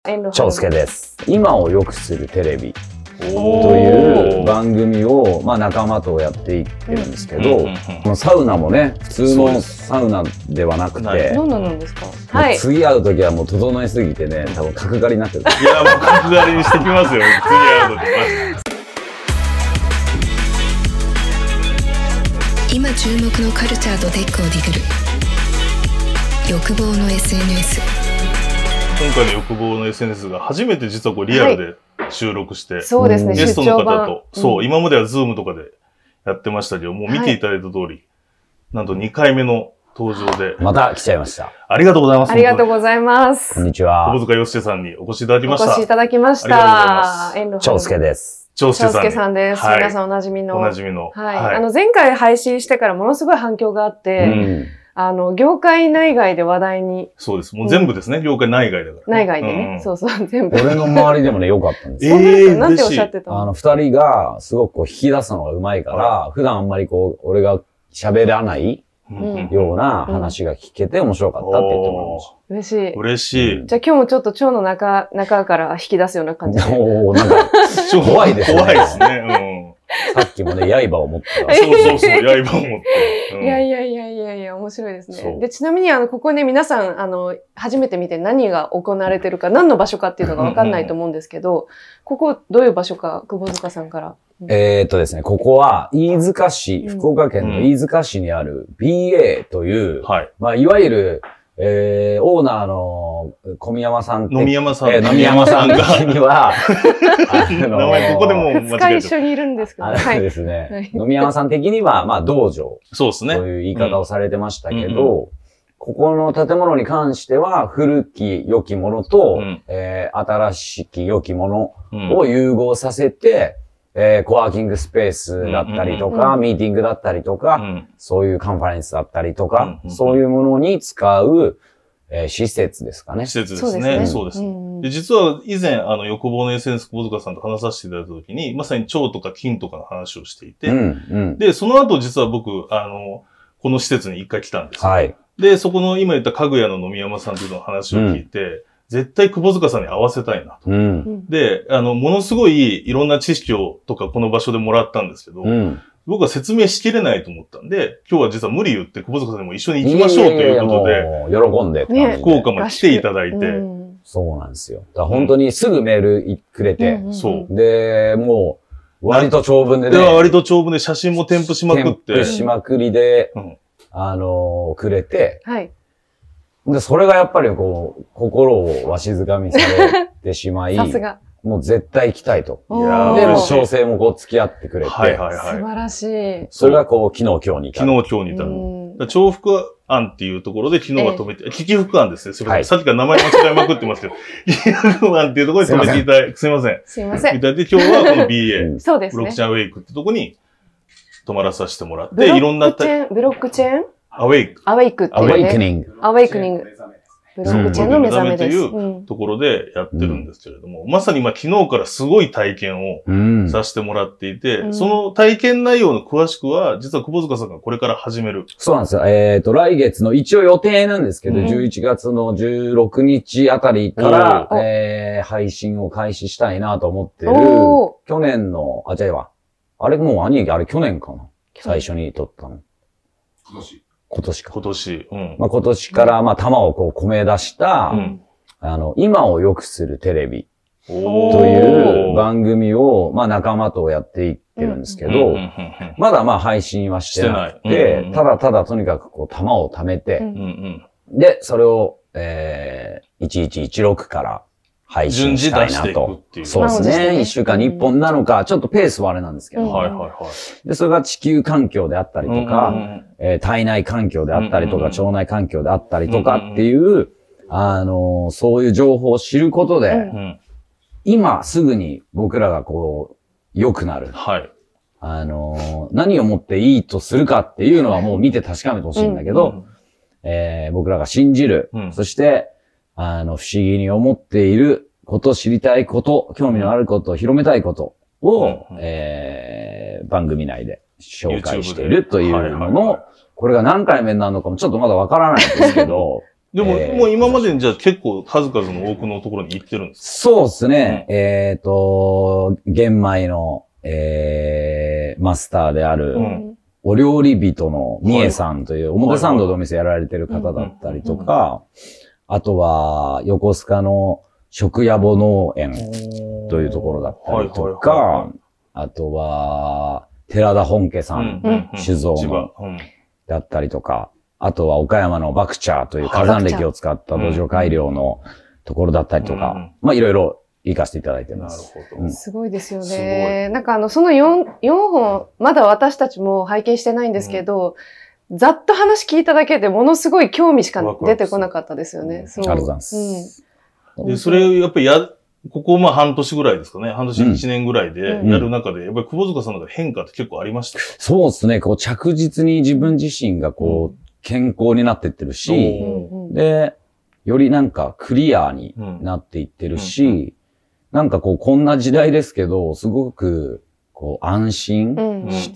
長介です。今を良くするテレビという番組を、仲間とやっていってるんですけど、サウナもね、普通のサウナではなくて、 どんななんですか？ はい。次会うときはもう整いすぎてね、多分角刈りになってる。 いや、もう角刈りにしてきますよ。次会うとき。今注目のカルチャーとテックをディグる欲望の SNS。 今回の欲望の SNS が初めて実はこうリアルで収録して、 そうですね、 ゲストの方と、今まではズームとかでやってましたけど、もう見ていただいた通り、なんと2回目の登場で。 また来ちゃいました。 ありがとうございます。 ありがとうございます。 こんにちは。 窪塚洋介さんにお越しいただきました。 お越しいただきました。 ありがとうございます。 長介です。 長介さんです。皆さんおなじみの。 おなじみの。 はい。前回配信してからものすごい反響があって、業界内外で話題に。 そうです。もう全部ですね。業界内外だから。 内外でね。そうそう、全部。 俺の周りでもね、良かったんですよ。なんておっしゃってたの？ 二人がすごくこう引き出すのが上手いから、普段あんまりこう、俺が喋らないような話が聞けて面白かったって言ってもらいました。 嬉しい。 嬉しい。 じゃあ今日もちょっと腸の中から引き出すような感じで。 おー、なんか、怖いですね。 怖いですね。 さっきもね、刃を持ってた。 そう、刃を持って。 いや、面白いですね。で、ちなみにここね、皆さん、初めて見て何が行われてるか、何の場所かっていうのがわかんないと思うんですけど、ここどういう場所か、窪塚さんから。 ですね、ここは、飯塚市、福岡県の飯塚市にある BA という、いわゆる、オーナーの小宮山さんって。 飲み山さん。 飲み山さんには、 名前ここでも間違えてる。一緒にいるんですけど。 そうですね。飲み山さん的には、道場。 そうですね。 という言い方をされてましたけど、ここの建物に関しては、古き良きものと、新しき良きものを融合させて、コワーキングスペースだったりとか、ミーティングだったりとか、そういうカンファレンスだったりとか、そういうものに使う、施設ですかね。 施設ですね。そうです。で、実は以前、欲望の SNS 窪塚さんと話させていただいたときに、まさに腸とか筋とかの話をしていて、で、その後実は僕、この施設に一回来たんですよ。はい。で、そこの今言った家具屋の飲み山さんというの話を聞いて、絶対窪塚さんに合わせたいなと。で、ものすごいいろんな知識をとかこの場所でもらったんですけど、僕は説明しきれないと思ったんで、今日は実は無理言って窪塚さんにも一緒に行きましょうということで、 喜んで、 福岡まで来ていただいて、 そうなんですよ。だから本当にすぐメールくれて、 そう。 で、もう、割と長文でね。 割と長文で写真も添付しまくって。 添付しまくりで、くれて、はい。で、それがやっぱりこう、心をわしづかみされてしまい、 さすが。 もう絶対行きたいと。で、もう調整もこう付き合ってくれて。 素晴らしい。 それがこう、昨日今日に至る。 昨日今日に至る。重複案っていうところで昨日は止めて、危機複案ですね。それさっきから名前間違いまくってますけど、危機複案っていうところで止めていただいて、すいません。 すいません。 いただいて、今日はこの BA、 そうですね。 ブロックチェーンウェイクってとこに泊まらさせてもらって、いろんなブロックチェーンアウェイク。 アウェイクっていうね。 アウェイクニング。 アウェイクニング。ブロックチェーンの目覚めです。 というところでやってるんですけれども、まさに昨日からすごい体験をさせてもらっていて、その体験内容の詳しくは、実は窪塚さんがこれから始める。 そうなんですよ。来月の一応予定なんですけど、11月の16日あたりから、配信を開始したいなと思ってる、去年の、あれもう兄貴、あれ去年かな。最初に撮ったの。今年か。 今年。 今年から、玉をこう、込め出した、今を良くするテレビという番組を、仲間とやっていってるんですけど、まだ配信はしてなくて、ただとにかくこう、玉を貯めて、で、それを、1116から配信したいなと。そうですね。1週間に1本なのか、ちょっとペースはあれなんですけど。で、それが地球環境であったりとか、体内環境であったりとか、腸内環境であったりとかっていう、そういう情報を知ることで、今すぐに僕らがこう、良くなる。何をもっていいとするかっていうのはもう見て確かめてほしいんだけど、僕らが信じる。そして、不思議に思っていること、知りたいこと、興味のあること、広めたいことを、番組内で紹介しているというのの、これが何回目になるのかもちょっとまだわからないんですけど、 でも、もう今までにじゃあ結構数々の多くのところに行ってるんですか？ そうですね。玄米の、マスターである、お料理人のみえさんという表参道でお店やられてる方だったりとか、あとは横須賀の食野暮農園というところだったりとか、あとは寺田本家さん、酒造のだったりとか、あとは岡山のバクチャーという火山歴を使った土壌改良のところだったりとか、まあいろいろ行かせていただいてます。 なるほど。 すごいですよね。なんかその4本、まだ私たちも拝見してないんですけど、ざっと話聞いただけでものすごい興味しか出てこなかったですよね。 そう。ありがとうございます。 で、それやっぱりここ半年ぐらいですかね。半年1年ぐらいでやる中で、やっぱり窪塚さんの変化って結構ありましたか？ そうですね。着実に自分自身が健康になっていってるし、で、よりなんかクリアになっていってるし、なんかこんな時代ですけど、すごく安心して、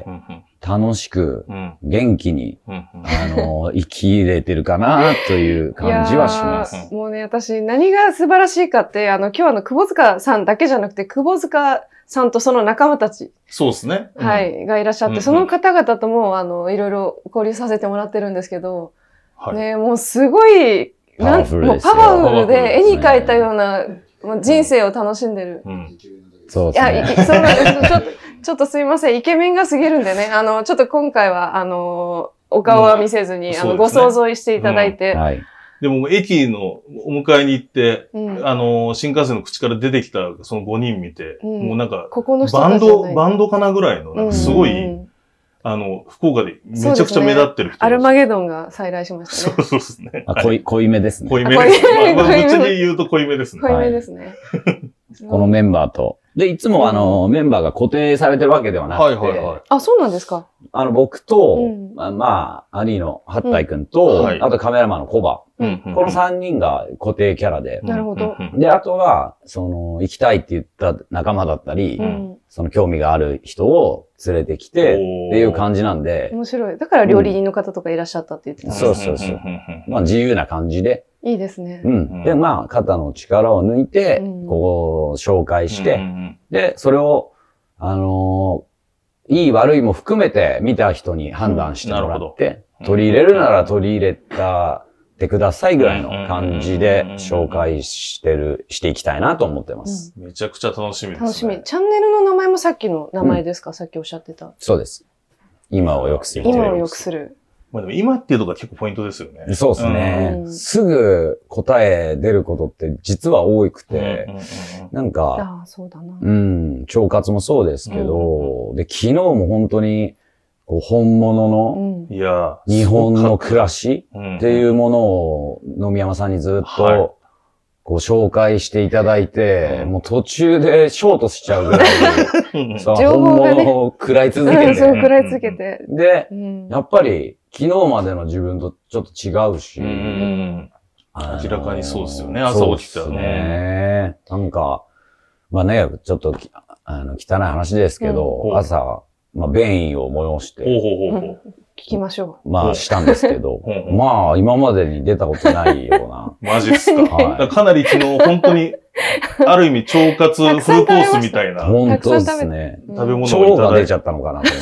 楽しく、元気に、生きれてるかなという感じはします。 もうね、私、何が素晴らしいかって、今日窪塚さんだけじゃなくて、窪塚さんとその仲間たち。 そうですね。 はい、がいらっしゃって、その方々とも、いろいろ交流させてもらってるんですけど、ね、もうすごい、 パワフルですよ。パワフルで、絵に描いたような人生を楽しんでる。 そうですね。 ちょっとすいません。イケメンが過ぎるんでね。ちょっと今回は、お顔は見せずに、ご想像していただいて。 はい。 でも、駅のお迎えに行って、新幹線の口から出てきたその5人見て、もうなんか、バンドかなぐらいの、なんかすごい、福岡でめちゃくちゃ目立ってる人。 アルマゲドンが再来しましたね。 そうですね。 濃いめですね。 濃いめです。まあ、ぶっちゃけ言うと濃いめですね。 濃いめですね。 このメンバーと。で、いつもメンバーが固定されてるわけではなくて。 あ、そうなんですか。 僕と、兄のハッタイ君と、あとカメラマンのコバ。この3人が固定キャラで。 なるほど。 で、あとは、行きたいって言った仲間だったり、その興味がある人を連れてきて、っていう感じなんで。 面白い。だから料理人の方とかいらっしゃったって言ってた。 そう。まあ自由な感じで。 いいですね。 で、肩の力を抜いて、紹介して、で、それを、いい悪いも含めて見た人に判断してもらって、取り入れるなら取り入れてくださいぐらいの感じで紹介していきたいなと思ってます。 めちゃくちゃ楽しみですね。 楽しみ。チャンネルの名前もさっきの名前ですか？さっきおっしゃってた。 そうです。今を良くする。 今を良くする。 まあでも今っていうのが結構ポイントですよね。 そうですね。すぐ答え出ることって実は多くて、なんか、 そうだな。 腸活もそうですけど、で、昨日も本当に、本物の、日本の暮らしっていうものを野宮山さんにずっと、紹介していただいて、もう途中でショートしちゃうぐらい、本物を食らい続けて。 食らい続けて。 で、やっぱり、昨日までの自分とちょっと違うし。 明らかにそうですよね、朝起きたらね。なんか、まあね、ちょっと、汚い話ですけど、朝、便意を催して。 聞きましょう。したんですけど、今までに出たことないような。 マジっすか。かなり昨日、本当に、ある意味、腸活フルコースみたいな。 本当ですね。 食べ物を腸が出ちゃったのかなと思って。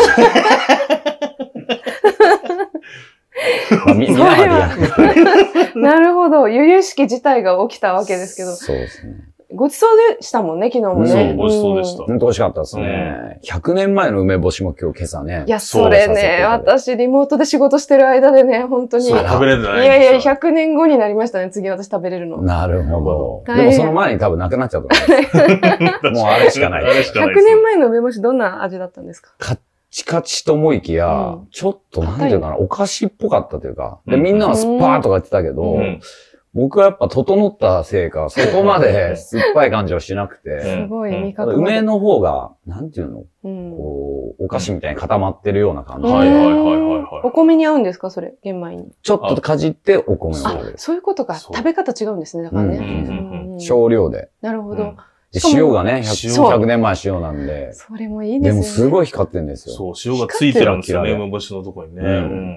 なるほど。由々しき事態が起きたわけですけど。 そうですね。 ごちそうでしたもんね、昨日もね。 そう、ごちそうでした。 本当美味しかったですね。100年前の梅干しも今朝。 いや、それね、私リモートで仕事してる間でね、本当に。 食べれてない。 いや、100年後になりましたね、次私食べれるの。 なるほど。でもその前に多分なくなっちゃった。もうあれしかない。 100年前の梅干しどんな味だったんですか？ カッチカチと思いきや、ちょっとなんていうかな、お菓子っぽかったというか。で、みんなはスッパーとか言ってたけど、僕はやっぱ整ったせいか、そこまで酸っぱい感じはしなくて。 すごい味覚。 梅の方が、なんていうの、お菓子みたいに固まってるような感じ。 お米に合うんですかそれ、玄米に。 ちょっとかじってお米を食べる。 そういうことか。食べ方違うんですね、だからね。 少量で。 なるほど。 塩がね、100年前塩なんで。 それもいいですね。 でもすごい光ってるんですよ。 そう、塩がついてるんですよね、梅干しのところにね。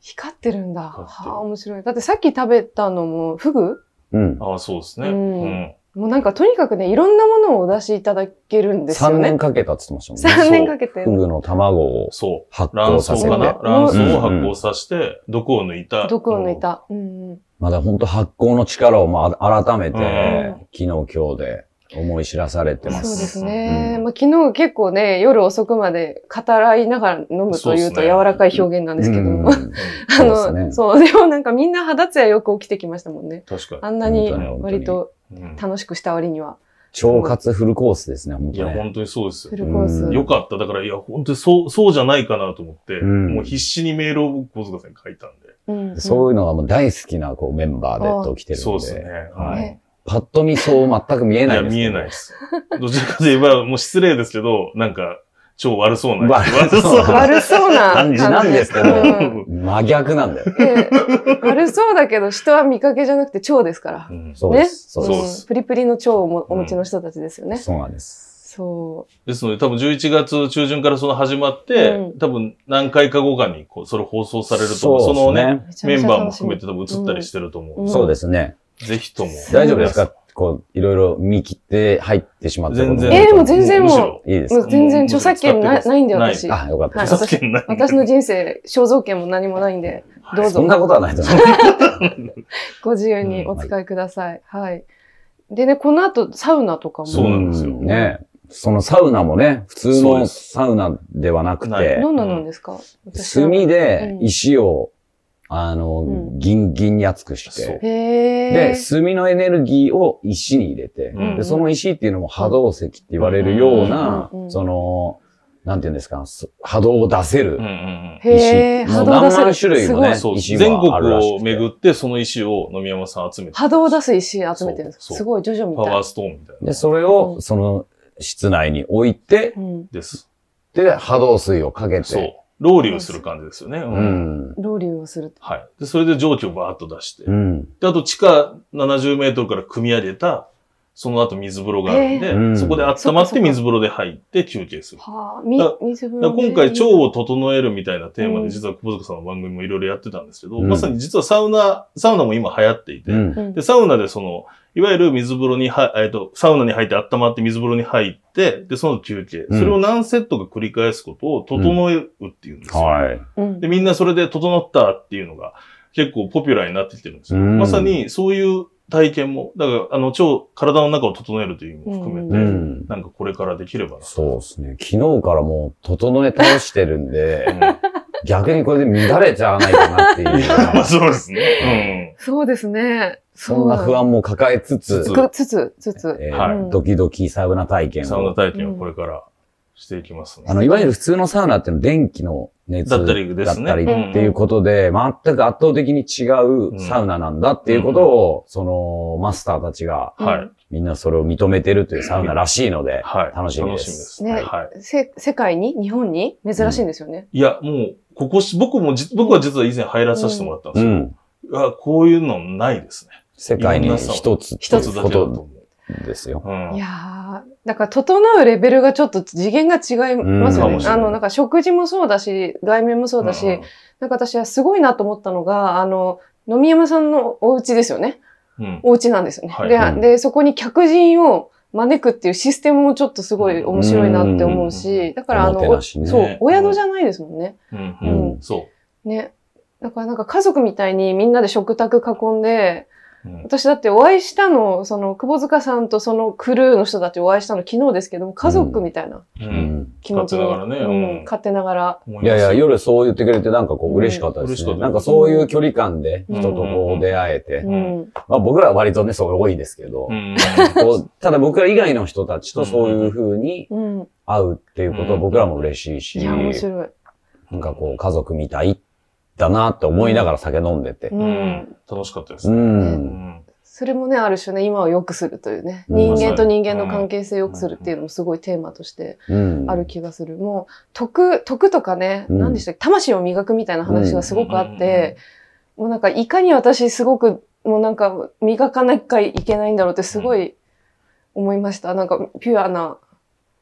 光ってるんだ。はあ、面白い。だってさっき食べたのもフグ？ うん。 ああ、そうですね。 もうなんかとにかくね、いろんなものをお出しいただけるんですよね。 3年かけたって言ってましたもんね。3年かけて。 フグの卵を発酵させて。 卵巣を発酵させて、毒を抜いた。 毒を抜いた。 まだ本当発酵の力を改めて、昨日今日で思い知らされてます。 そうですね。まあ、昨日結構ね、夜遅くまで語らいながら飲むというと柔らかい表現なんですけども。そう、でもなんかみんな肌ツヤよく起きてきましたもんね。 確かに。 あんなに割と楽しくした割には。 腸活フルコースですね、本当に。 いや、本当にそうですよ。 フルコース。 よかった。だから、いや、本当にそうじゃないかなと思って、もう必死にメールを僕、小塚さんに書いたんで。そういうのがもう大好きなメンバーでと来てるんで。 そうですね。はい。 パッと見そう全く見えないです。 いや、見えないです。どちらかといえば、もう失礼ですけど、なんか、超悪そうな。 悪そうな感じなんですけど、真逆なんだよ。 悪そうだけど、人は見かけじゃなくて腸ですから。 そうです。 そうです。プリプリの腸をお持ちの人たちですよね。 そうなんです。 そう。 ですので、多分11月中旬からその始まって、多分何回か後かにそれ放送されると思う。そのね、メンバーも含めて多分映ったりしてると思う。 そうですね。 ぜひとも。 大丈夫ですか？いろいろ見切って入ってしまったこともう全然もう。 いいですか？ 全然著作権ないんで、私。 あ、よかったです。著作権ない。 私の人生、肖像権も何もないんで、どうぞ。 そんなことはないと思う。 ご自由にお使いください。はい。でね、この後、サウナとかも。 そうなんですよ。 ね。そのサウナもね、普通のサウナではなくて、 どんなのですか？ 炭で石を、ギンギンに熱くして、で、炭のエネルギーを石に入れて、で、その石っていうのも波動石って言われるような、なんていうんですか、波動を出せる石。もう何万種類もね、石全国を巡ってその石を野見山さん集めて。 波動を出す石集めてるんですか？すごい、ジョジョみたいな。 パワーストーンみたいな。 で、それを、その室内に置いて、 です。 で、波動水をかけて。 そう。ロウリュをする感じですよね。 ロウリュをする。 はい。で、それで蒸気をバーッと出して。で、あと地下70メートルから汲み上げた、その後水風呂があるんで、そこで温まって水風呂で入って休憩する。 はあ、水風呂。 今回腸を整えるみたいなテーマで実は久保塚さんの番組もいろいろやってたんですけど、まさに実はサウナも今流行っていて、で、サウナでいわゆる水風呂にサウナに入って温まって水風呂に入って、で、その休憩。それを何セットか繰り返すことを整えるっていうんですよ。 はい。 で、みんなそれで整ったっていうのが結構ポピュラーになってきてるんですよ。まさにそういう体験も、だから体の中を整えるという意味も含めて、なんかこれからできればな。 そうですね。昨日からもう整え倒してるんで、逆にこれで乱れちゃわないかなっていう。 そうですね。 そうですね。 そんな不安も抱えつつ、ドキドキサウナ体験を。 サウナ体験をこれからしていきますね。 いわゆる普通のサウナっていうのは電気の熱だったりっていうことで、全く圧倒的に違うサウナなんだっていうことを、そのマスターたちが、みんなそれを認めてるというサウナらしいので、楽しみです。 世界に日本に珍しいんですよね。 いや、もう、僕は実は以前入らさせてもらったんですけど、こういうのないですね。 世界に一つだことですよ。 いやー、だから整うレベルがちょっと次元が違いますよね。なんか食事もそうだし、外面もそうだし、なんか私はすごいなと思ったのが、野見山さんのお家ですよね。お家なんですよね。で、そこに客人を招くっていうシステムもちょっとすごい面白いなって思うし、だからそう、お宿じゃないですもんね。 そう。 ね。だからなんか家族みたいにみんなで食卓囲んで、私だってお会いしたの、久保塚さんとそのクルーの人たちお会いしたの昨日ですけども、家族みたいな気持ちに、勝手ながら。 いやいや、夜そう言ってくれてなんか嬉しかったですね。なんかそういう距離感で人と出会えて。まあ僕らは割とね、それ多いですけど、ただ僕ら以外の人たちとそういう風に会うっていうことは僕らも嬉しいし、 いや、面白い。 なんか家族みたいだなって思いながら酒飲んでて。 楽しかったですね。 それもね、ある種ね、今を良くするというね、人間と人間の関係性を良くするっていうのもすごいテーマとしてある気がする。もう、徳とかね、何でしたっけ、魂を磨くみたいな話がすごくあって、もうなんか、いかに私すごく、もうなんか、磨かなきゃいけないんだろうってすごい思いました。なんか、ピュアな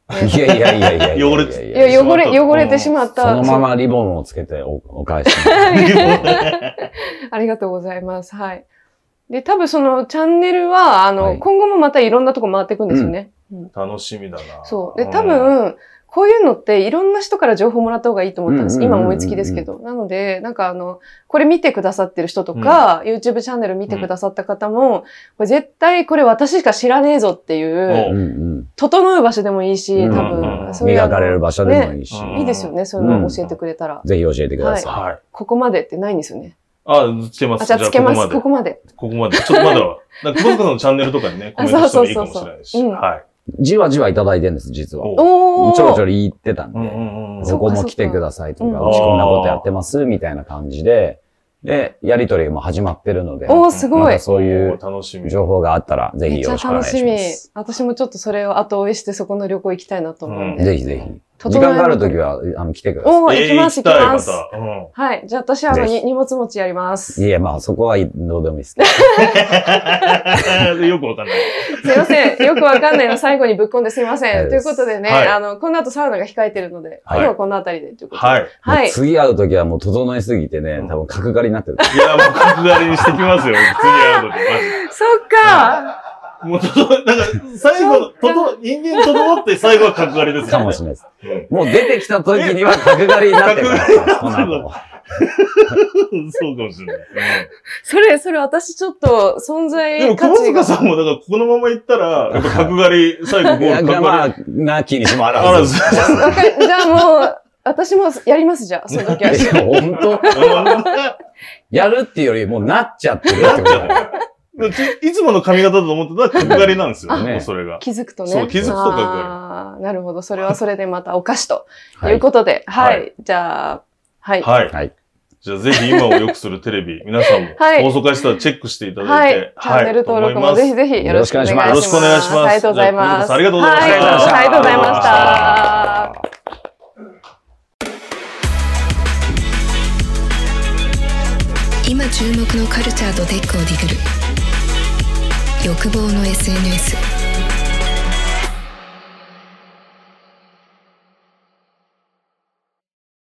いやいやいやいやいや。 汚れてしまった。 そのままリボンをつけてお返し。 ありがとうございます。はい。で、多分そのチャンネルは、今後もまたいろんなとこ回っていくんですよね。 楽しみだな。 そう。で、多分、こういうのっていろんな人から情報もらった方がいいと思ったんです。今思いつきですけど。なので、なんかこれ見てくださってる人とか、YouTube チャンネル見てくださった方も、これ絶対これ私しか知らねえぞっていう、整う場所でもいいし、多分、 磨かれる場所でもいいし。 いいですよね、そういうのを教えてくれたら。 ぜひ教えてください。 ここまでってないんですよね。 つけます。 じゃあつけます。ここまで。 ここまで。ちょっとまだは。久保塚さんのチャンネルとかにね、コメントしてもいいかもしれないし。はい。 じわじわいただいてるんです、実は。ちょろちょろ言ってたんで、そこも来てくださいとか、うちこんなことやってます、みたいな感じで、で、やりとりも始まってるので、 すごい。 またそういう情報があったら、ぜひよろしくお願いします。めっちゃ楽しみ。私もちょっとそれを後追いしてそこの旅行行きたいなと思うんで。 ぜひぜひ。時間があるときは、来てください。 行きます。はい。じゃあ私は荷物持ちやります。 いや、まあそこはどうでもいいですね。 よくわかんない。 すいません。よくわかんないの最後にぶっ込んですいません。ということでね、この後サウナが控えてるので、今日はこのあたりでということで。 はい。次会うときはもう整いすぎてね、多分角刈りになってる。 いや、もう角刈りにしてきますよ。次会うとき。 そっか。 もう、なんか、最後、人間整って最後は角刈りですよね。 かもしれないです。もう出てきた時には角刈りになってるから。 そうかもしれない。 それ私ちょっじゃ存在でも、久保塚さんも、だから、このまま行ったら、やっぱ角刈り、最後もう角刈り。 まあ、なきにしもあらず。 じゃあもう、私もやります、じゃあ、その時は。 本当やるっていうより、もうなっちゃってるってことだよ。 いつもの髪型だと思ってたら角刈りなんですよね、それが。 気づくとね。 そう、気づくと角刈り。 なるほど。それはそれでまたお菓子ということで。はい。じゃあ、はい。 はい。じゃあぜひ今を良くするテレビ、皆さんも放送開始したらチェックしていただいて。 チャンネル登録もぜひぜひよろしくお願いします。 よろしくお願いします。 ありがとうございます。 ありがとうございました。 ありがとうございました。 今注目のカルチャーとテックをディグる欲望の SNS